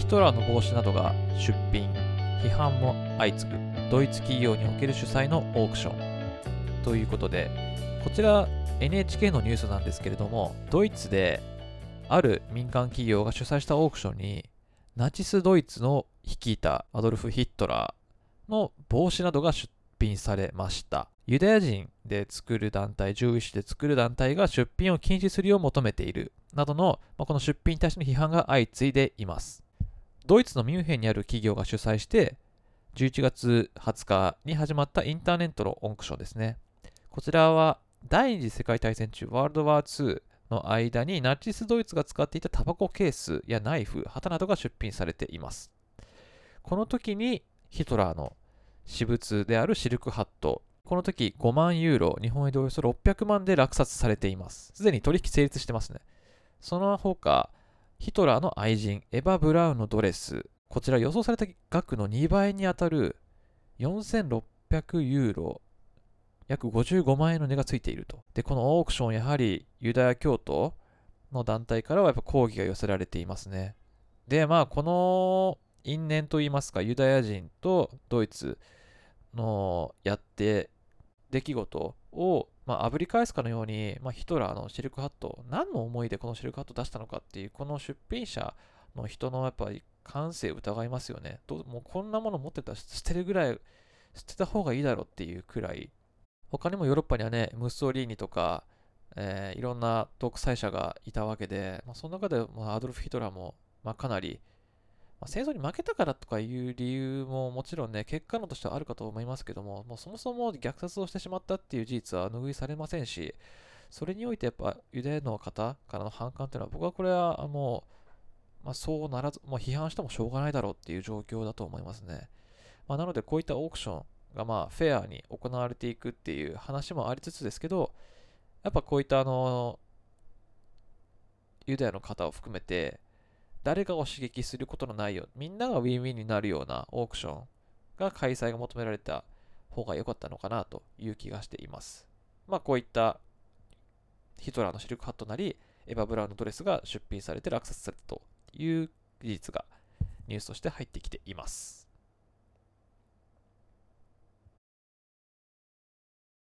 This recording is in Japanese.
トラーの帽子などが出品、批判も相次ぐドイツ企業における主催のオークションということで、こちら NHK のニュースなんですけれども、ドイツである民間企業が主催したオークションにナチスドイツの率いたアドルフ・ヒットラーの帽子などが出品されました。ユダヤ人で作る団体、ジューイッシュで作る団体が出品を禁止するよう求めているなどの、この出品に対しての批判が相次いでいます。ドイツのミュンヘンにある企業が主催して11月20日に始まったインターネットのオークションですね。こちらは第二次世界大戦中、ワールドワー2の間にナチスドイツが使っていたタバコケースやナイフ、旗などが出品されています。この時にヒトラーの私物であるシルクハット、この時5万ユーロ、日本円でおよそ600万で落札されています。すでに取引成立してますね。その他、ヒトラーの愛人、エヴァ・ブラウンのドレス、こちら予想された額の2倍に当たる4600ユーロ、約55万円の値がついていると。で、このオークション、やはりユダヤ教徒の団体からはやっぱ抗議が寄せられていますね。で、この因縁といいますか、ユダヤ人とドイツのやって出来事を、炙り返すかのように、ヒトラーのシルクハット、何の思いでこのシルクハットを出したのかっていう、この出品者の人のやっぱり感性を疑いますよね。もうこんなもの持ってたら捨てるぐらい、捨てた方がいいだろうっていうくらい、他にもヨーロッパにはね、ムッソリーニとか、いろんな独裁者がいたわけで、その中で、アドルフ・ヒトラーも、かなり戦争に負けたからとかいう理由ももちろんね、結果論としてはあるかと思いますけども、そもそも虐殺をしてしまったっていう事実は拭いされませんし、それにおいてやっぱユダヤの方からの反感というのは、僕はこれはもう、そうならず、批判してもしょうがないだろうっていう状況だと思いますね。なのでこういったオークションがフェアに行われていくっていう話もありつつですけど、やっぱこういったユダヤの方を含めて、誰かを刺激することのないよう、みんながウィンウィンになるようなオークションが開催が求められた方が良かったのかなという気がしています。こういったヒトラーのシルクハットなり、エヴァ・ブラウンのドレスが出品されて落札されたという事実がニュースとして入ってきています。